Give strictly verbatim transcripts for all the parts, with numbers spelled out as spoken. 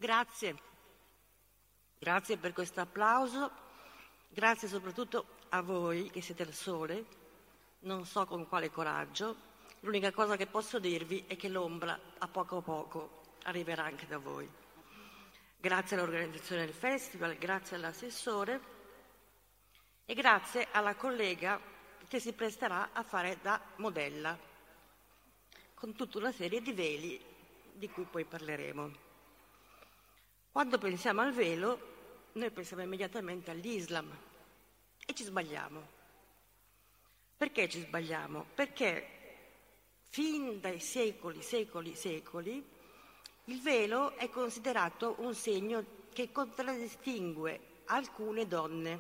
Grazie, grazie per questo applauso, grazie soprattutto a voi che siete al sole, non so con quale coraggio, l'unica cosa che posso dirvi è che l'ombra a poco a poco arriverà anche da voi. Grazie all'organizzazione del festival, grazie all'assessore e grazie alla collega che si presterà a fare da modella, con tutta una serie di veli di cui poi parleremo. Quando pensiamo al velo, noi pensiamo immediatamente all'Islam e ci sbagliamo. Perché ci sbagliamo? Perché fin dai secoli, secoli, secoli, il velo è considerato un segno che contraddistingue alcune donne.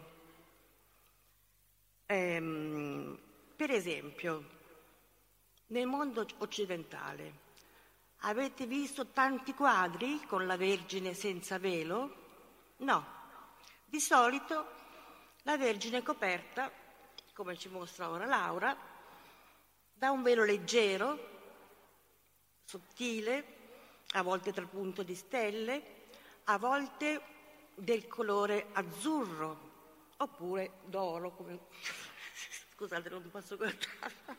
Ehm, per esempio, nel mondo occidentale, avete visto tanti quadri con la Vergine senza velo? No. Di solito la Vergine è coperta, come ci mostra ora Laura, da un velo leggero, sottile, a volte trapunto di stelle, a volte del colore azzurro, oppure d'oro, come... Scusate, non posso guardare.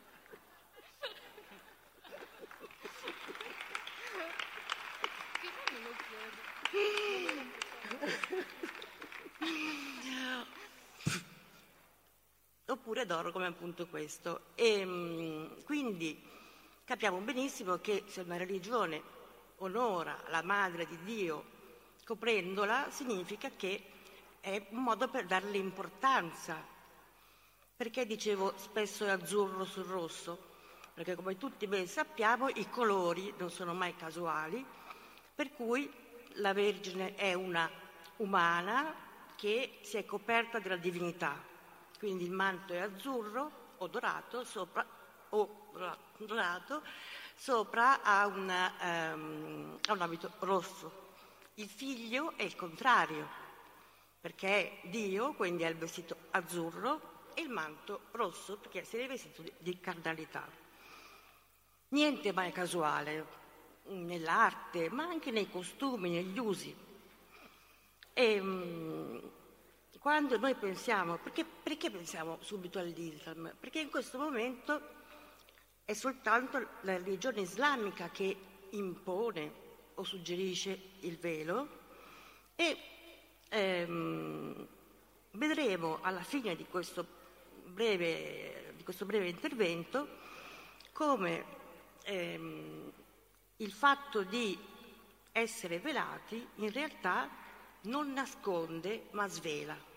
Oppure d'oro come appunto questo. E quindi capiamo benissimo che se una religione onora la madre di Dio coprendola, significa che è un modo per darle importanza. Perché dicevo spesso è azzurro sul rosso? Perché come tutti ben sappiamo i colori non sono mai casuali, per cui la Vergine è una umana che si è coperta della divinità. Quindi il manto è azzurro o dorato, sopra, o dorato, sopra ha, una, um, ha un abito rosso. Il figlio è il contrario, perché è Dio, quindi ha il vestito azzurro, e il manto rosso, perché si è rivestito di, di cardinalità. Niente mai casuale nell'arte, ma anche nei costumi, negli usi. E, um, quando noi pensiamo, perché, perché pensiamo subito all'Islam? Perché in questo momento è soltanto la religione islamica che impone o suggerisce il velo e ehm, vedremo alla fine di questo breve, di questo breve intervento come ehm, il fatto di essere velati in realtà non nasconde ma svela.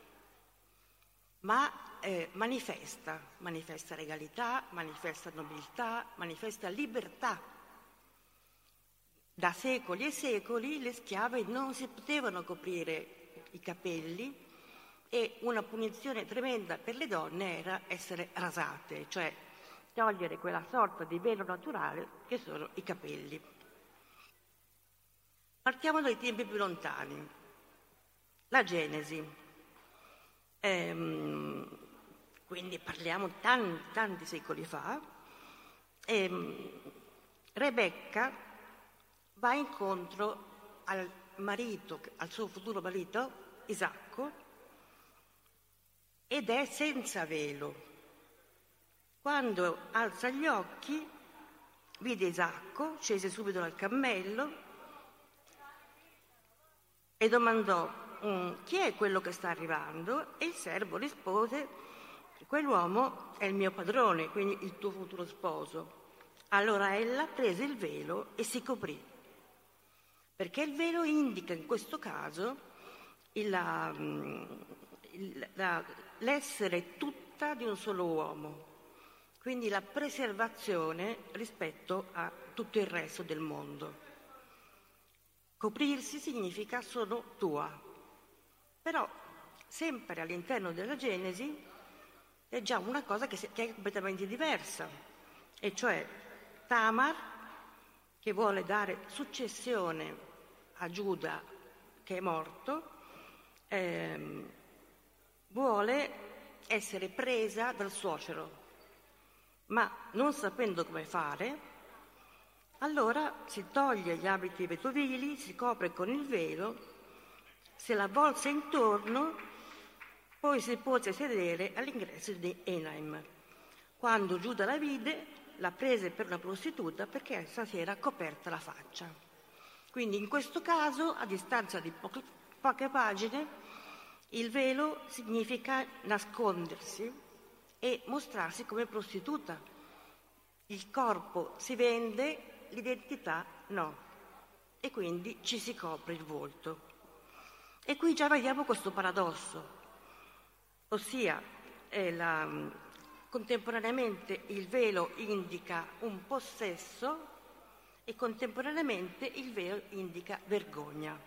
ma eh, manifesta, manifesta regalità, manifesta nobiltà, manifesta libertà. Da secoli e secoli le schiave non si potevano coprire i capelli e una punizione tremenda per le donne era essere rasate, cioè togliere quella sorta di velo naturale che sono i capelli. Partiamo dai tempi più lontani. La Genesi. Ehm, quindi parliamo tanti, tanti secoli fa. Ehm, Rebecca va incontro al marito, al suo futuro marito Isacco, ed è senza velo. Quando alza gli occhi vide Isacco, scese subito dal cammello e domandò: chi è quello che sta arrivando? E il servo rispose: quell'uomo è il mio padrone, quindi il tuo futuro sposo. Allora ella prese il velo e si coprì, perché il velo indica in questo caso il, la, il, la, l'essere tutta di un solo uomo, quindi la preservazione rispetto a tutto il resto del mondo. Coprirsi significa sono tua. Però, sempre all'interno della Genesi, è già una cosa che è completamente diversa, e cioè Tamar, che vuole dare successione a Giuda, che è morto, ehm, vuole essere presa dal suocero, ma non sapendo come fare, Allora si toglie gli abiti vesuvili, si copre con il velo, se la avvolse intorno, poi si pose a sedere all'ingresso di Enaim. Quando Giuda la vide, la prese per una prostituta perché essa si era coperta la faccia. Quindi in questo caso, a distanza di poche, poche pagine, il velo significa nascondersi e mostrarsi come prostituta. Il corpo si vende, l'identità no, e quindi ci si copre il volto. E qui già vediamo questo paradosso, ossia eh, la, contemporaneamente il velo indica un possesso e contemporaneamente il velo indica vergogna.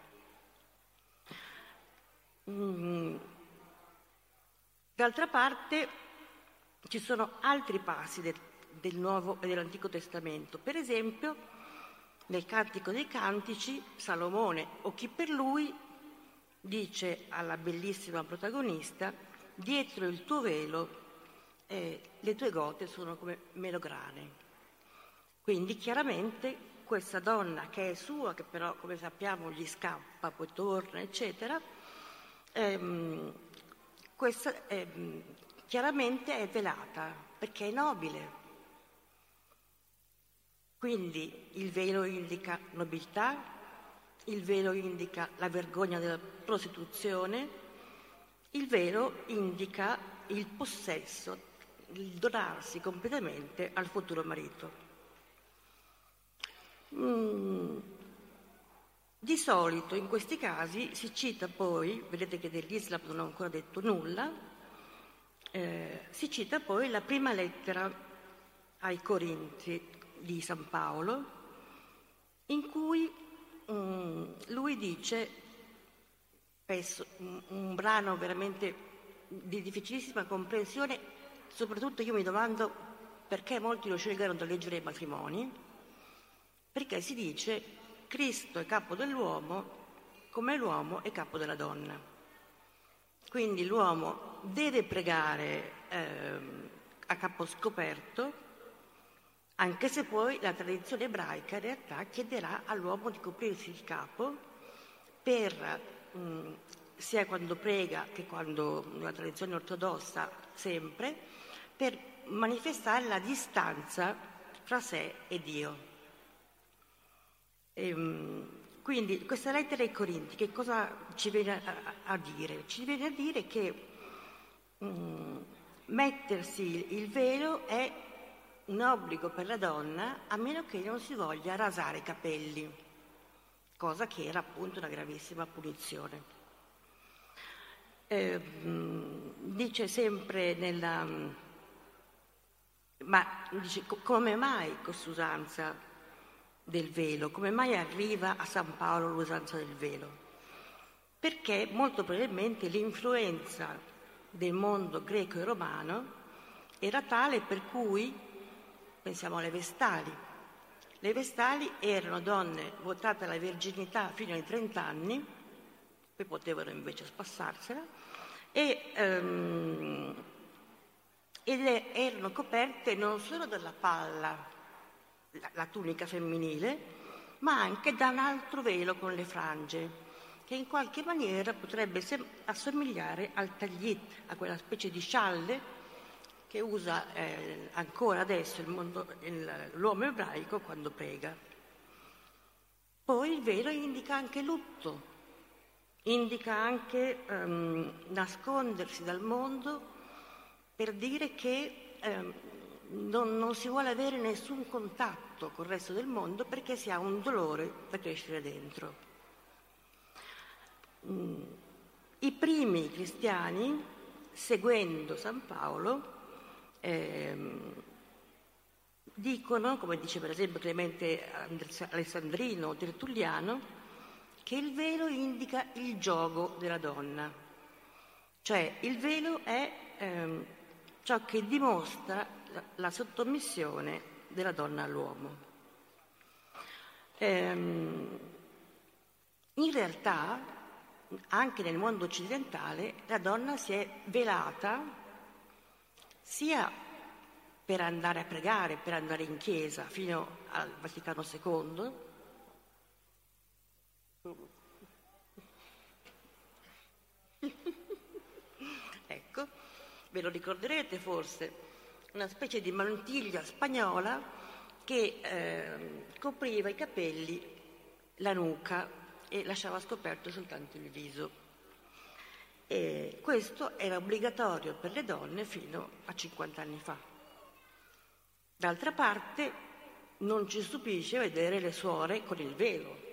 Mm. D'altra parte ci sono altri passi del, del Nuovo e dell'Antico Testamento. Per esempio, nel Cantico dei Cantici, Salomone o chi per lui dice alla bellissima protagonista: dietro il tuo velo eh, le tue gote sono come melograne. Quindi chiaramente questa donna che è sua, che però come sappiamo gli scappa, poi torna, eccetera, ehm, questa ehm, chiaramente è velata perché è nobile. Quindi il velo indica nobiltà, il velo indica la vergogna della prostituzione, il velo indica il possesso, il donarsi completamente al futuro marito. Mm. Di solito in questi casi si cita poi, vedete che dell'Islam non ho ancora detto nulla, eh, si cita poi la prima lettera ai Corinzi di San Paolo, in cui um, lui dice, penso, un, un brano veramente di difficilissima comprensione, soprattutto io mi domando perché molti lo scelgono da leggere ai matrimoni, perché si dice Cristo è capo dell'uomo come l'uomo è capo della donna. Quindi l'uomo deve pregare eh, a capo scoperto, anche se poi la tradizione ebraica in realtà chiederà all'uomo di coprirsi il capo per, mh, sia quando prega che quando nella tradizione ortodossa sempre, per manifestare la distanza fra sé e Dio. E, quindi questa lettera ai Corinti che cosa ci viene a, a dire? Ci viene a dire che mh, mettersi il velo è un obbligo per la donna a meno che non si voglia rasare i capelli, cosa che era appunto una gravissima punizione. Eh, mh, dice sempre nella... ma dice come mai questa usanza del velo, come mai arriva a San Paolo l'usanza del velo? Perché molto probabilmente l'influenza del mondo greco e romano era tale per cui, pensiamo alle vestali, le vestali erano donne votate alla verginità fino ai trenta anni, poi potevano invece spassarsela, e, um, ed erano coperte non solo dalla palla, La, la tunica femminile, ma anche da un altro velo con le frange, che in qualche maniera potrebbe sem- assomigliare al tagliit, a quella specie di scialle che usa eh, ancora adesso il mondo, il, l'uomo ebraico quando prega. Poi il velo indica anche lutto, indica anche um, nascondersi dal mondo per dire che um, Non, non si vuole avere nessun contatto col resto del mondo perché si ha un dolore da crescere dentro. Mm. I primi cristiani, seguendo San Paolo, ehm, dicono, come dice per esempio Clemente Alessandrino o Tertulliano, che il velo indica il giogo della donna. Cioè il velo è ehm, ciò che dimostra la sottomissione della donna all'uomo. Ehm, in realtà, anche nel mondo occidentale, la donna si è velata sia per andare a pregare, per andare in chiesa, fino al Vaticano secondo. Ecco, ve lo ricorderete forse, una specie di mantiglia spagnola che eh, copriva i capelli, la nuca e lasciava scoperto soltanto il viso. E questo era obbligatorio per le donne fino a cinquanta anni fa. D'altra parte non ci stupisce vedere le suore con il velo.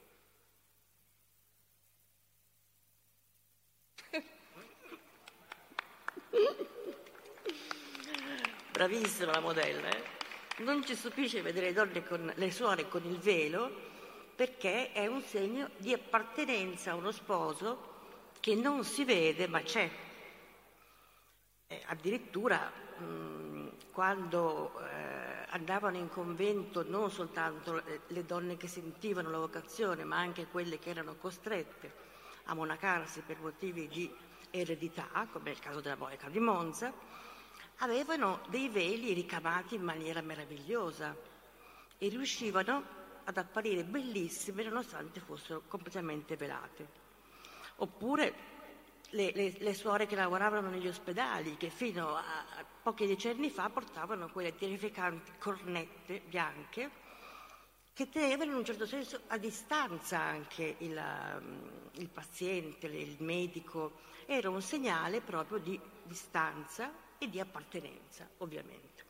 Bravissima la modella, eh? Non ci stupisce vedere le donne con le suore con il velo, perché è un segno di appartenenza a uno sposo che non si vede ma c'è. Eh, addirittura mh, quando eh, andavano in convento non soltanto le, le donne che sentivano la vocazione, ma anche quelle che erano costrette a monacarsi per motivi di eredità, come nel caso della monaca di Monza, avevano dei veli ricamati in maniera meravigliosa e riuscivano ad apparire bellissime nonostante fossero completamente velate. Oppure le, le, le suore che lavoravano negli ospedali, che fino a, a pochi decenni fa portavano quelle terrificanti cornette bianche che tenevano in un certo senso a distanza anche il, il paziente, il medico. Era un segnale proprio di distanza e di appartenenza, ovviamente.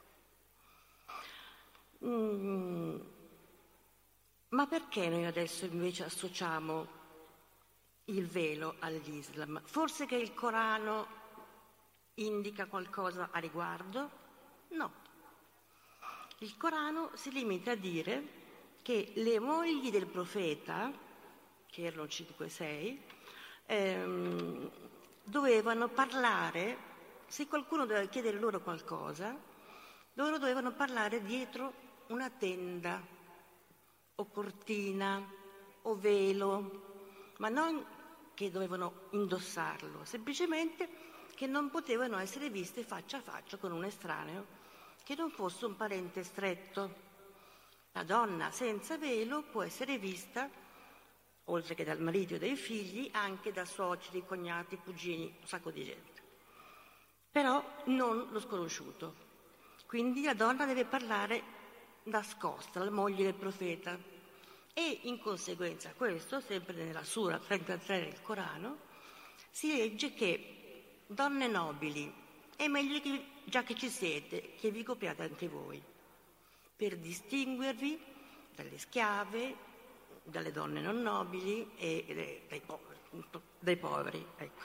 Mm. Ma perché noi adesso invece associamo il velo all'Islam? Forse che il Corano indica qualcosa a riguardo? No. Il Corano si limita a dire che le mogli del profeta, che erano cinque sei, ehm, dovevano parlare, se qualcuno doveva chiedere loro qualcosa, loro dovevano parlare dietro una tenda o cortina o velo, ma non che dovevano indossarlo, semplicemente che non potevano essere viste faccia a faccia con un estraneo che non fosse un parente stretto. La donna senza velo può essere vista, oltre che dal marito e dai figli, anche da suoceri, cognati, cugini, un sacco di gente. Però non lo sconosciuto. Quindi la donna deve parlare nascosta, la moglie del profeta. E in conseguenza a questo, sempre nella Sura trentatré del Corano, si legge che donne nobili, è meglio che, già che ci siete, che vi copriate anche voi, per distinguervi dalle schiave, dalle donne non nobili e dai poveri. Dai poveri ecco.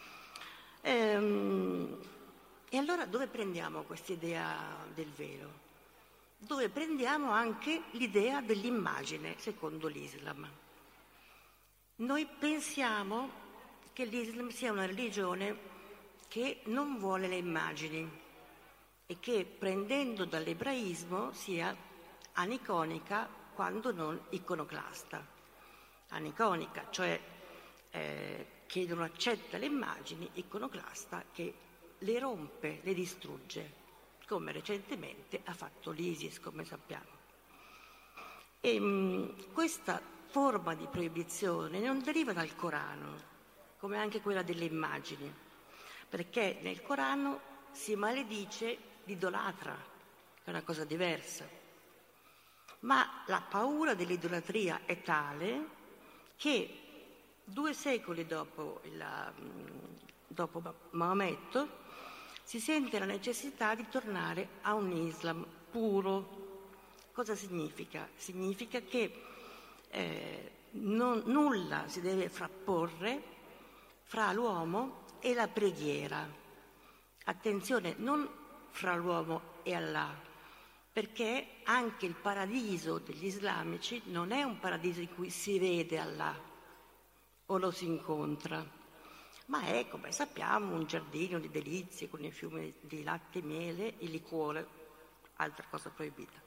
Ehm, e allora dove prendiamo questa idea del velo? Dove prendiamo anche l'idea dell'immagine, secondo l'Islam. Noi pensiamo che l'Islam sia una religione che non vuole le immagini e che, prendendo dall'ebraismo, sia aniconica quando non iconoclasta. Aniconica, cioè eh, che non accetta le immagini, iconoclasta che le rompe, le distrugge, come recentemente ha fatto l'ISIS, come sappiamo. E, mh, questa forma di proibizione non deriva dal Corano, come anche quella delle immagini, perché nel Corano si maledice l'idolatra, che è una cosa diversa. Ma la paura dell'idolatria è tale che due secoli dopo, il, dopo Maometto si sente la necessità di tornare a un Islam puro. Cosa significa? Significa che eh, non, nulla si deve frapporre fra l'uomo e la preghiera. Attenzione, non fra l'uomo e Allah, perché anche il paradiso degli islamici non è un paradiso in cui si vede Allah o lo si incontra, ma è, come sappiamo, un giardino di delizie con i fiumi di latte, miele e liquore, altra cosa proibita.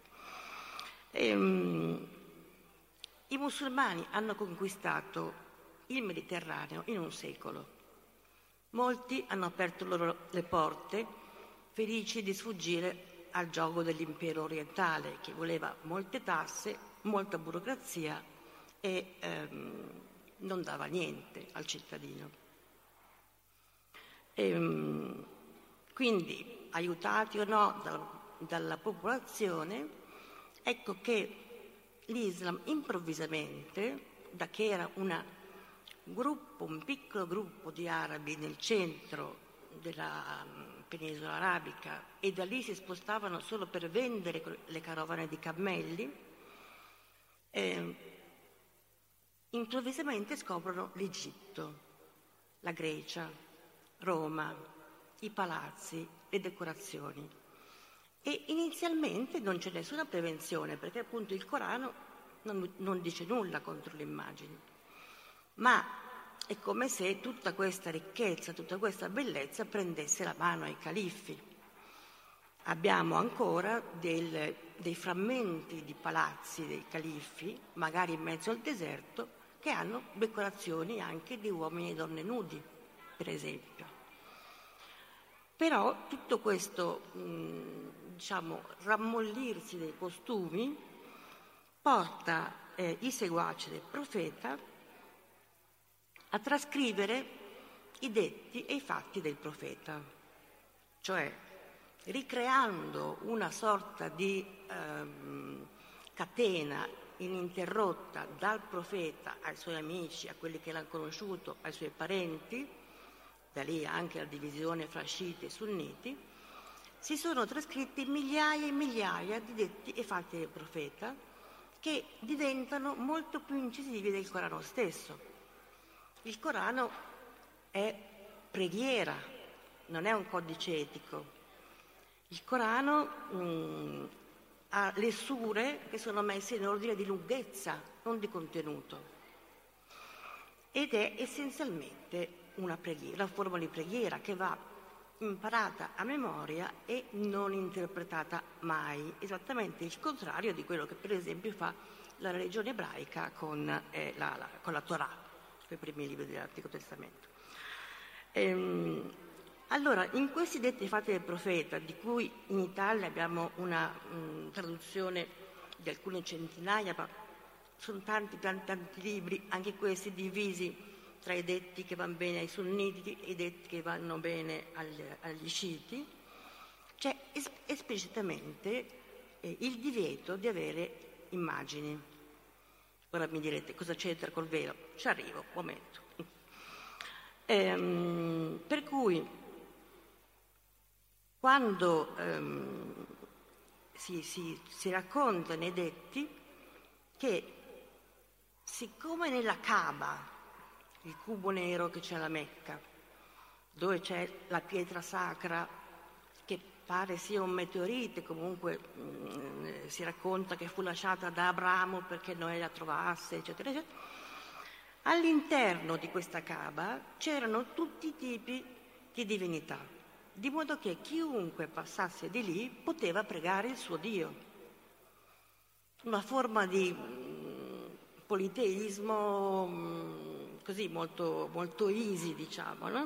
Ehm, I musulmani hanno conquistato il Mediterraneo in un secolo. Molti hanno aperto loro le porte, felici di sfuggire al gioco dell'impero orientale, che voleva molte tasse, molta burocrazia e ehm, non dava niente al cittadino. E, quindi, aiutati o no da, dalla popolazione, ecco che l'Islam improvvisamente, da che era una gruppo, un piccolo gruppo di arabi nel centro della penisola arabica, e da lì si spostavano solo per vendere le carovane di cammelli, eh, improvvisamente scoprono l'Egitto, la Grecia, Roma, i palazzi, le decorazioni. E inizialmente non c'è nessuna prevenzione, perché appunto il Corano non, non dice nulla contro le immagini, ma è come se tutta questa ricchezza, tutta questa bellezza prendesse la mano ai califfi. Abbiamo ancora del, dei frammenti di palazzi dei califfi, magari in mezzo al deserto, che hanno decorazioni anche di uomini e donne nudi, per esempio. Però tutto questo, mh, diciamo, rammollirsi dei costumi porta eh, i seguaci del profeta a trascrivere i detti e i fatti del profeta, cioè ricreando una sorta di ehm, catena ininterrotta dal profeta ai suoi amici, a quelli che l'hanno conosciuto, ai suoi parenti, da lì anche la divisione fra sciiti e sunniti, si sono trascritti migliaia e migliaia di detti e fatti del profeta che diventano molto più incisivi del Corano stesso. Il Corano è preghiera, non è un codice etico. Il Corano mh, ha le sure che sono messe in ordine di lunghezza, non di contenuto. Ed è essenzialmente una preghiera, una forma di preghiera che va imparata a memoria e non interpretata mai, esattamente il contrario di quello che per esempio fa la religione ebraica con, eh, la, la, con la Torah, i primi libri dell'Antico Testamento. Ehm, allora, in questi detti fatti del profeta, di cui in Italia abbiamo una mh, traduzione di alcune centinaia, ma sono tanti, tanti, tanti libri, anche questi divisi tra i detti che vanno bene ai sunniti e i detti che vanno bene agli, agli sciiti, c'è es- esplicitamente eh, il divieto di avere immagini. Ora mi direte cosa c'entra col velo? Ci arrivo, un momento. Ehm, per cui quando ehm, si, si, si racconta nei detti che siccome nella Kaaba, il cubo nero che c'è alla Mecca, dove c'è la pietra sacra che pare sia un meteorite, comunque mh, si racconta che fu lasciata da Abramo perché Noè la trovasse, eccetera, eccetera. All'interno di questa Kaaba c'erano tutti i tipi di divinità, di modo che chiunque passasse di lì poteva pregare il suo Dio. Una forma di mh, politeismo mh, così molto, molto easy, diciamo, no?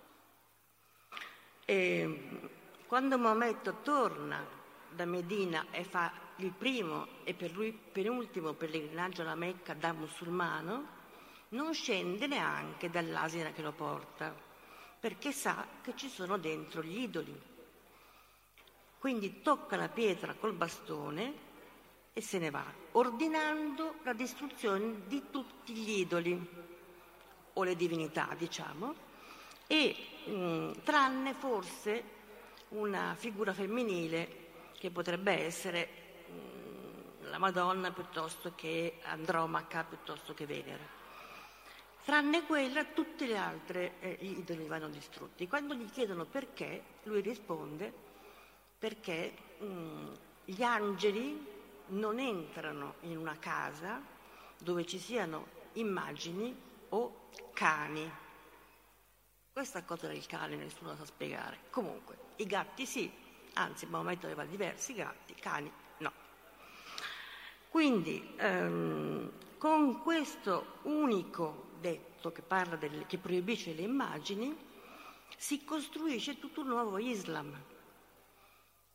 E, quando Maometto torna da Medina e fa il primo e per lui penultimo pellegrinaggio alla Mecca da musulmano, non scende neanche dall'asina che lo porta, perché sa che ci sono dentro gli idoli. Quindi tocca la pietra col bastone e se ne va, ordinando la distruzione di tutti gli idoli, o le divinità, diciamo, e mh, tranne forse una figura femminile che potrebbe essere mh, la Madonna piuttosto che Andromaca, piuttosto che Venere. Tranne quella, tutte le altre eh, gli idoli vanno distrutti. Quando gli chiedono perché, lui risponde perché mh, gli angeli non entrano in una casa dove ci siano immagini o cani. Questa cosa del cane nessuno sa spiegare. Comunque, i gatti sì, anzi Maometto aveva diversi gatti, cani no. Quindi, ehm, con questo unico detto che parla del, che proibisce le immagini, si costruisce tutto un nuovo Islam.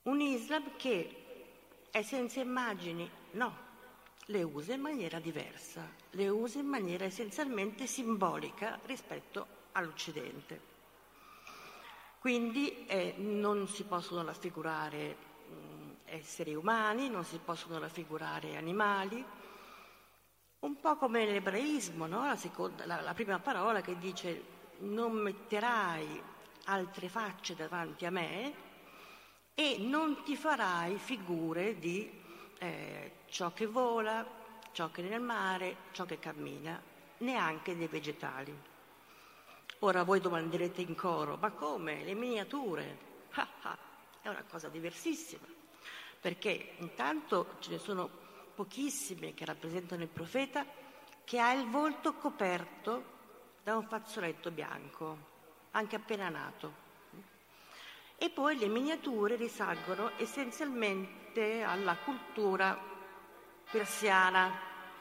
Un Islam che è senza immagini? No, le usa in maniera diversa, le usa in maniera essenzialmente simbolica rispetto all'Occidente. Quindi eh, non si possono raffigurare mh, esseri umani, non si possono raffigurare animali, un po' come l'ebraismo, no? la, seconda, la, la prima parola che dice non metterai altre facce davanti a me e non ti farai figure di eh, ciò che vola, ciò che è nel mare, ciò che cammina, neanche dei vegetali. Ora voi domanderete in coro, ma come? Le miniature? Ah, ah, è una cosa diversissima, perché intanto ce ne sono pochissime che rappresentano il profeta che ha il volto coperto da un fazzoletto bianco, anche appena nato. E poi le miniature risalgono essenzialmente alla cultura persiana.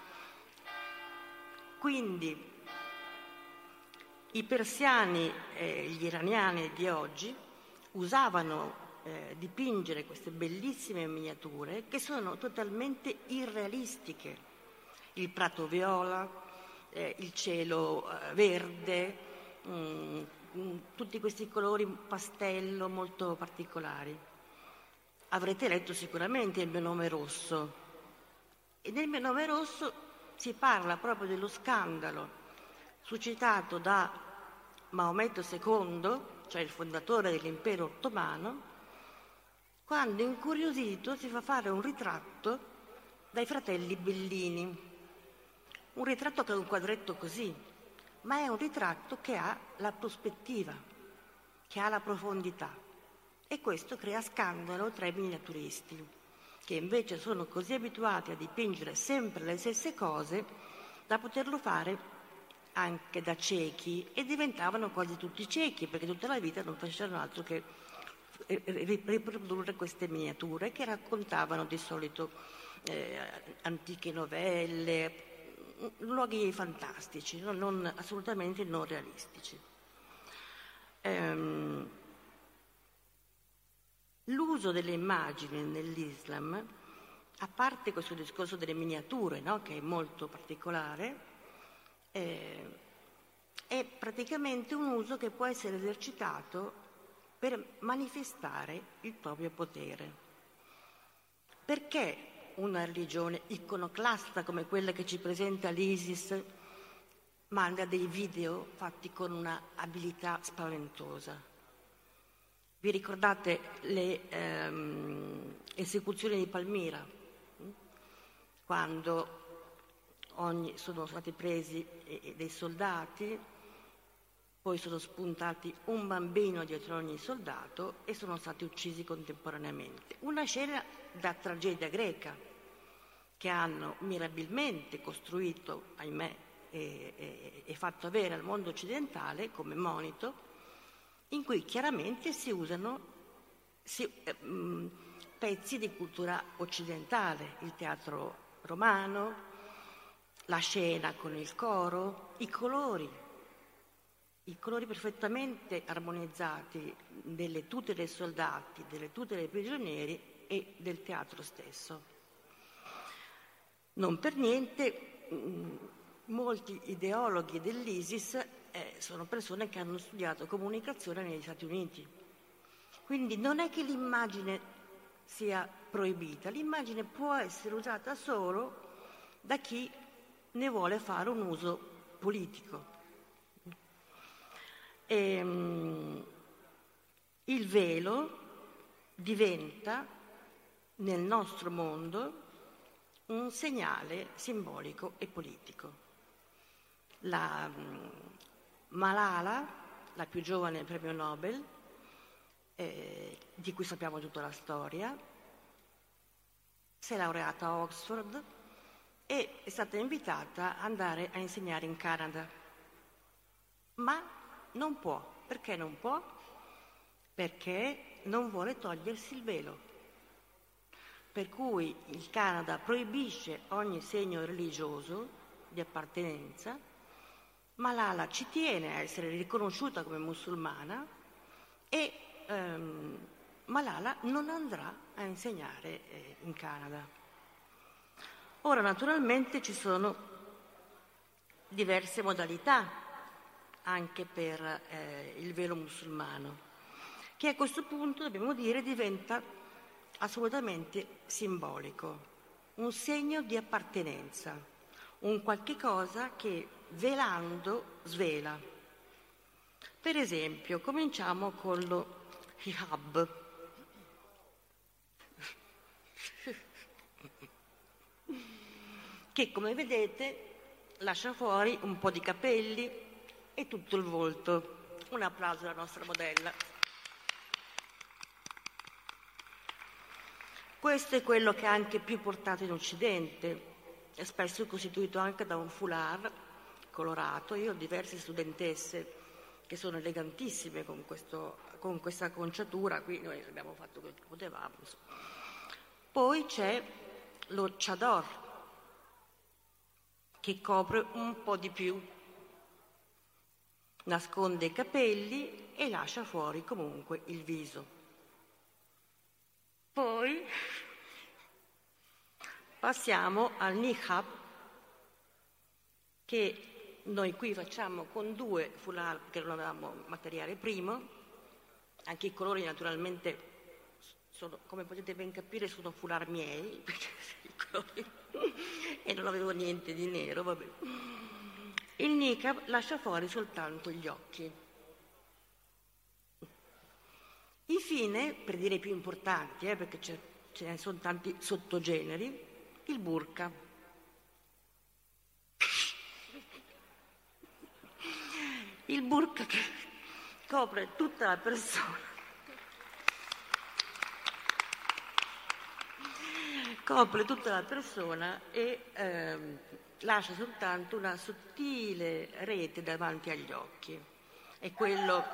Quindi i persiani e gli iraniani di oggi usavano eh, dipingere queste bellissime miniature che sono totalmente irrealistiche. Il prato viola, eh, il cielo eh, verde, mh, mh, tutti questi colori pastello molto particolari. Avrete letto sicuramente Il mio nome rosso. E nel mio nome rosso si parla proprio dello scandalo suscitato da Maometto secondo, cioè il fondatore dell'impero ottomano, quando incuriosito si fa fare un ritratto dai fratelli Bellini. Un ritratto che è un quadretto così, ma è un ritratto che ha la prospettiva, che ha la profondità. E questo crea scandalo tra i miniaturisti, che invece sono così abituati a dipingere sempre le stesse cose da poterlo fare anche da ciechi, e diventavano quasi tutti ciechi perché tutta la vita non facevano altro che riprodurre queste miniature che raccontavano di solito eh, antiche novelle, luoghi fantastici, non, non, assolutamente non realistici. Ehm, l'uso delle immagini nell'Islam, a parte questo discorso delle miniature, no, che è molto particolare, Eh, è praticamente un uso che può essere esercitato per manifestare il proprio potere. Perché una religione iconoclasta come quella che ci presenta l'ISIS manda dei video fatti con una abilità spaventosa? Vi ricordate le ehm, esecuzioni di Palmira? Quando Ogni, sono stati presi eh, dei soldati, poi sono spuntati un bambino dietro ogni soldato e sono stati uccisi contemporaneamente. Una scena da tragedia greca che hanno mirabilmente costruito, ahimè, e, e, e fatto avere al mondo occidentale come monito, in cui chiaramente si usano si, eh, mh, pezzi di cultura occidentale, il teatro romano, la scena con il coro, i colori, i colori perfettamente armonizzati delle tute dei soldati, delle tute dei prigionieri e del teatro stesso. Non per niente mh, molti ideologhi dell'ISIS eh, sono persone che hanno studiato comunicazione negli Stati Uniti. Quindi non è che l'immagine sia proibita, l'immagine può essere usata solo da chi ne vuole fare un uso politico. E, um, il velo diventa nel nostro mondo un segnale simbolico e politico. La um, Malala, la più giovane premio Nobel, eh, di cui sappiamo tutta la storia, si è laureata a Oxford e è stata invitata ad andare a insegnare in Canada, ma non può. Perché non può? Perché non vuole togliersi il velo. Per cui il Canada proibisce ogni segno religioso di appartenenza. Malala ci tiene a essere riconosciuta come musulmana e ehm, Malala non andrà a insegnare eh, in Canada. Ora, naturalmente ci sono diverse modalità anche per eh, il velo musulmano, che a questo punto, dobbiamo dire, diventa assolutamente simbolico, un segno di appartenenza, un qualche cosa che velando svela. Per esempio, cominciamo con lo hijab. Che, come vedete, lascia fuori un po' di capelli e tutto il volto. Un applauso alla nostra modella. Questo è quello che è anche più portato in Occidente, è spesso costituito anche da un foulard colorato. Io ho diverse studentesse che sono elegantissime con, questo, con questa acconciatura, qui noi abbiamo fatto quel che potevamo. Insomma. Poi c'è lo chador, che copre un po' di più, nasconde i capelli e lascia fuori comunque il viso. Poi passiamo al niqab, che noi qui facciamo con due foulard, perché non avevamo materiale primo. Anche i colori naturalmente sono, come potete ben capire, sono foulard miei, perché i colori e non avevo niente di nero, vabbè. Il niqab lascia fuori soltanto gli occhi. Infine, per dire i più importanti, eh, perché ce ne sono tanti sottogeneri, il burqa. Il burqa che copre tutta la persona. Copre tutta la persona e ehm, lascia soltanto una sottile rete davanti agli occhi. È quello...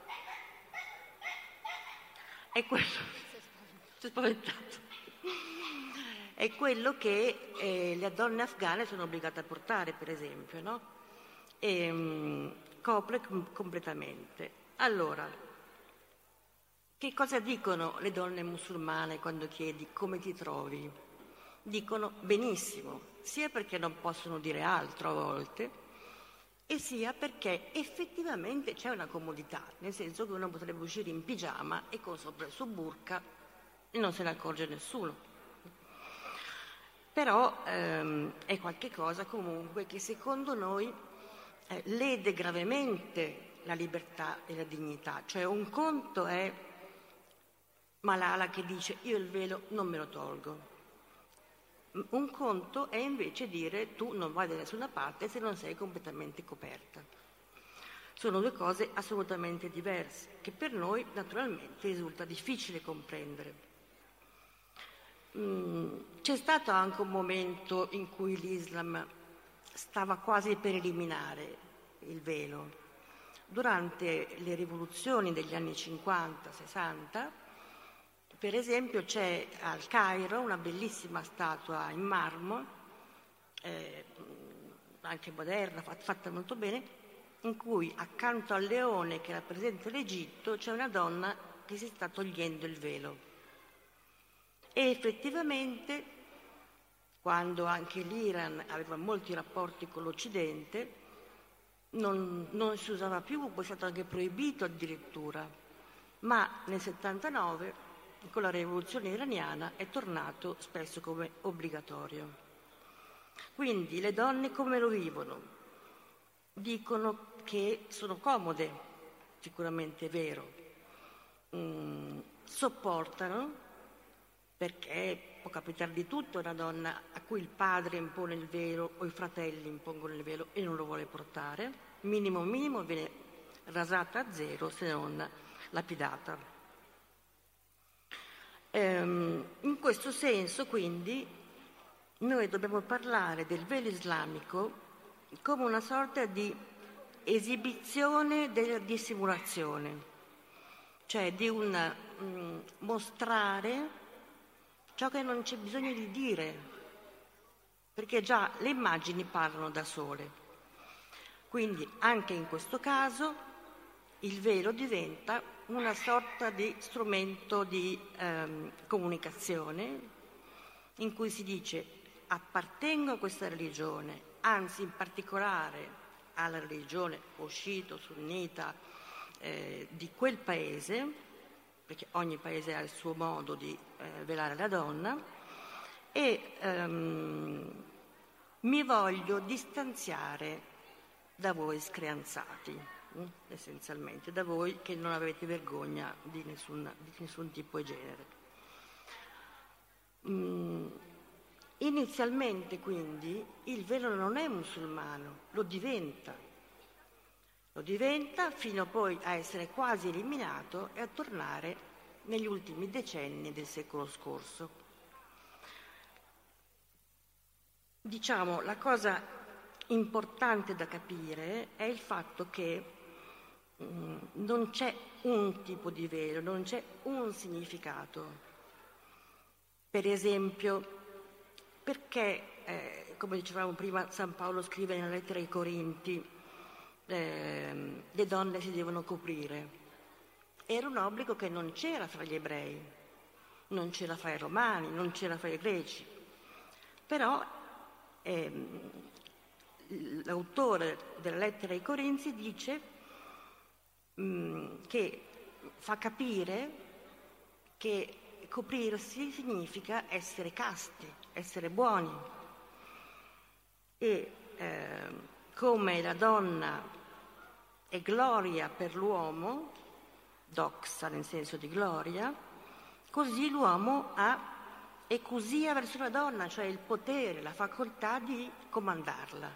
È quello... Si è spaventato. È quello che eh, le donne afghane sono obbligate a portare, per esempio, no? E, mh, copre com- completamente. Allora, che cosa dicono le donne musulmane quando chiedi come ti trovi? Dicono benissimo, sia perché non possono dire altro a volte, e sia perché effettivamente c'è una comodità, nel senso che uno potrebbe uscire in pigiama e con sopra il suo burqa e non se ne accorge nessuno. Però ehm, è qualche cosa comunque che secondo noi eh, lede gravemente la libertà e la dignità. Cioè un conto è Malala che dice io il velo non me lo tolgo. Un conto è invece dire tu non vai da nessuna parte se non sei completamente coperta. Sono due cose assolutamente diverse, che per noi naturalmente risulta difficile comprendere. Mm, c'è stato anche un momento in cui l'Islam stava quasi per eliminare il velo. Durante le rivoluzioni degli anni cinquanta sessanta, per esempio, c'è al Cairo una bellissima statua in marmo, eh, anche moderna, fatta molto bene, in cui accanto al leone che rappresenta l'Egitto c'è una donna che si sta togliendo il velo. E effettivamente, quando anche l'Iran aveva molti rapporti con l'Occidente, non, non si usava più, poi è stato anche proibito addirittura, ma nel settantanove con la rivoluzione iraniana è tornato spesso come obbligatorio. Quindi le donne come lo vivono? Dicono che sono comode, sicuramente è vero, mm, sopportano, perché può capitare di tutto, una donna a cui il padre impone il velo o i fratelli impongono il velo e non lo vuole portare, minimo minimo viene rasata a zero se non lapidata. In questo senso, quindi, noi dobbiamo parlare del velo islamico come una sorta di esibizione della dissimulazione, cioè di un mm, mostrare ciò che non c'è bisogno di dire, perché già le immagini parlano da sole. Quindi, anche in questo caso, il velo diventa una sorta di strumento di ehm, comunicazione in cui si dice appartengo a questa religione, anzi in particolare alla religione uscito, sunnita eh, di quel paese, perché ogni paese ha il suo modo di eh, velare la donna, e ehm, mi voglio distanziare da voi screanzati, eh, essenzialmente, da voi che non avete vergogna di nessun, di nessun tipo e genere. Mm, inizialmente, quindi, il velo non è musulmano, lo diventa. Lo diventa fino poi a essere quasi eliminato e a tornare negli ultimi decenni del secolo scorso. Diciamo, la cosa importante da capire è il fatto che mh, non c'è un tipo di velo, non c'è un significato. Per esempio, perché, eh, come dicevamo prima, San Paolo scrive nella lettera ai Corinti, eh, le donne si devono coprire. Era un obbligo che non c'era fra gli ebrei, non c'era fra i romani, non c'era fra i greci. Però ehm, l'autore della lettera ai Corinzi dice mh, che fa capire che coprirsi significa essere casti, essere buoni. E eh, come la donna è gloria per l'uomo, doxa nel senso di gloria, così l'uomo ha ecusia verso la donna, cioè il potere, la facoltà di comandarla.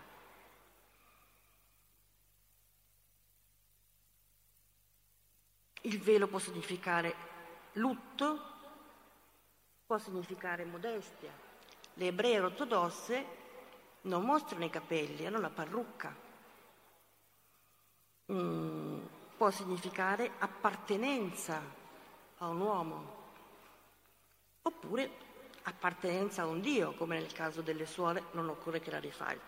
Il velo può significare lutto, può significare modestia. Le ebree ortodosse non mostrano i capelli, hanno la parrucca. Mm, può significare appartenenza a un uomo, oppure appartenenza a un dio, come nel caso delle suore, non occorre che la rifai.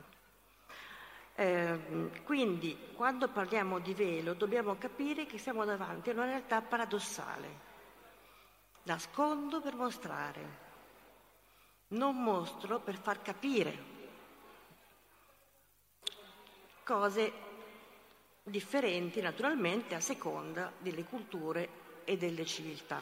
Eh, quindi, quando parliamo di velo, dobbiamo capire che siamo davanti a una realtà paradossale. Nascondo per mostrare, non mostro per far capire cose differenti naturalmente a seconda delle culture e delle civiltà.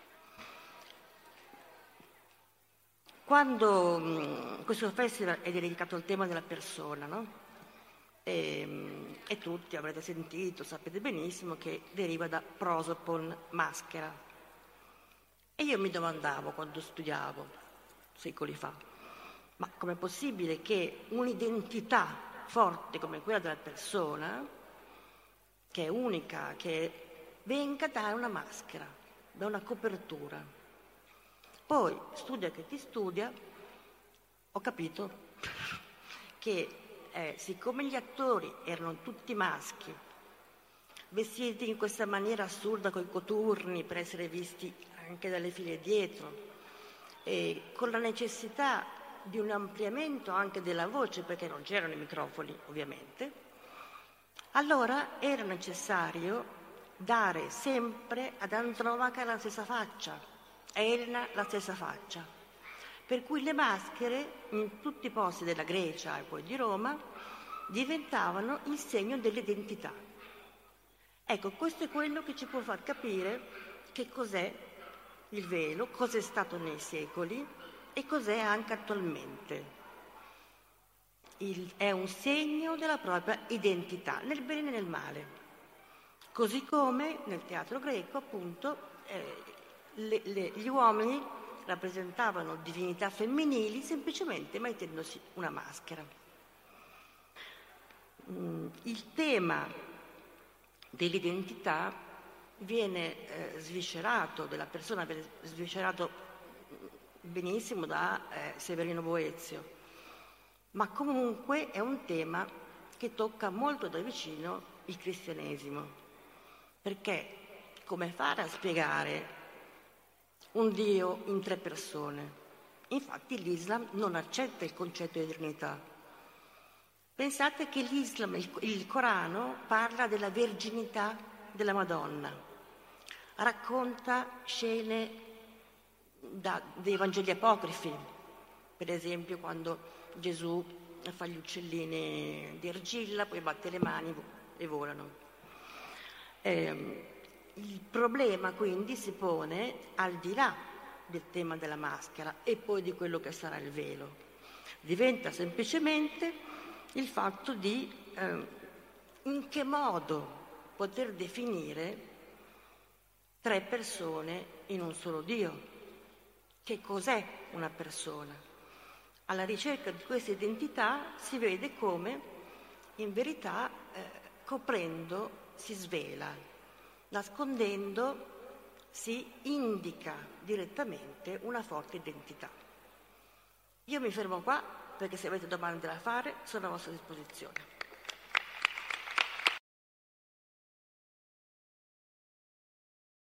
Quando mh, questo festival è dedicato al tema della persona, no? E, e tutti avrete sentito, sapete benissimo che deriva da prosopon, maschera. E io mi domandavo quando studiavo, secoli fa, ma com'è possibile che un'identità forte come quella della persona, che è unica, che venga da una maschera, da una copertura? Poi, studia che ti studia, ho capito che eh, siccome gli attori erano tutti maschi, vestiti in questa maniera assurda coi coturni per essere visti anche dalle file dietro, e con la necessità di un ampliamento anche della voce, perché non c'erano i microfoni ovviamente, allora era necessario dare sempre ad Andromaca la stessa faccia, a Elena la stessa faccia, per cui le maschere in tutti i posti della Grecia e poi di Roma diventavano il segno dell'identità. Ecco, questo è quello che ci può far capire che cos'è il velo, cos'è stato nei secoli e cos'è anche attualmente. Il, è un segno della propria identità, nel bene e nel male. Così come nel teatro greco, appunto, eh, le, le, gli uomini rappresentavano divinità femminili semplicemente mettendosi una maschera. Mm, il tema dell'identità viene eh, sviscerato, della persona viene sviscerato benissimo da eh, Severino Boezio, ma comunque è un tema che tocca molto da vicino il cristianesimo, perché come fare a spiegare un Dio in tre persone? Infatti l'Islam non accetta il concetto di Trinità. Pensate che l'Islam, il, il Corano, parla della verginità della Madonna, racconta scene da, dei Vangeli apocrifi, per esempio quando Gesù fa gli uccellini di argilla, poi batte le mani e volano. Eh, il problema quindi si pone al di là del tema della maschera e poi di quello che sarà il velo. Diventa semplicemente il fatto di eh, in che modo poter definire tre persone in un solo Dio. Che cos'è una persona? Alla ricerca di questa identità si vede come in verità eh, coprendo si svela, nascondendo si indica direttamente una forte identità. Io mi fermo qua perché se avete domande da fare sono a vostra disposizione.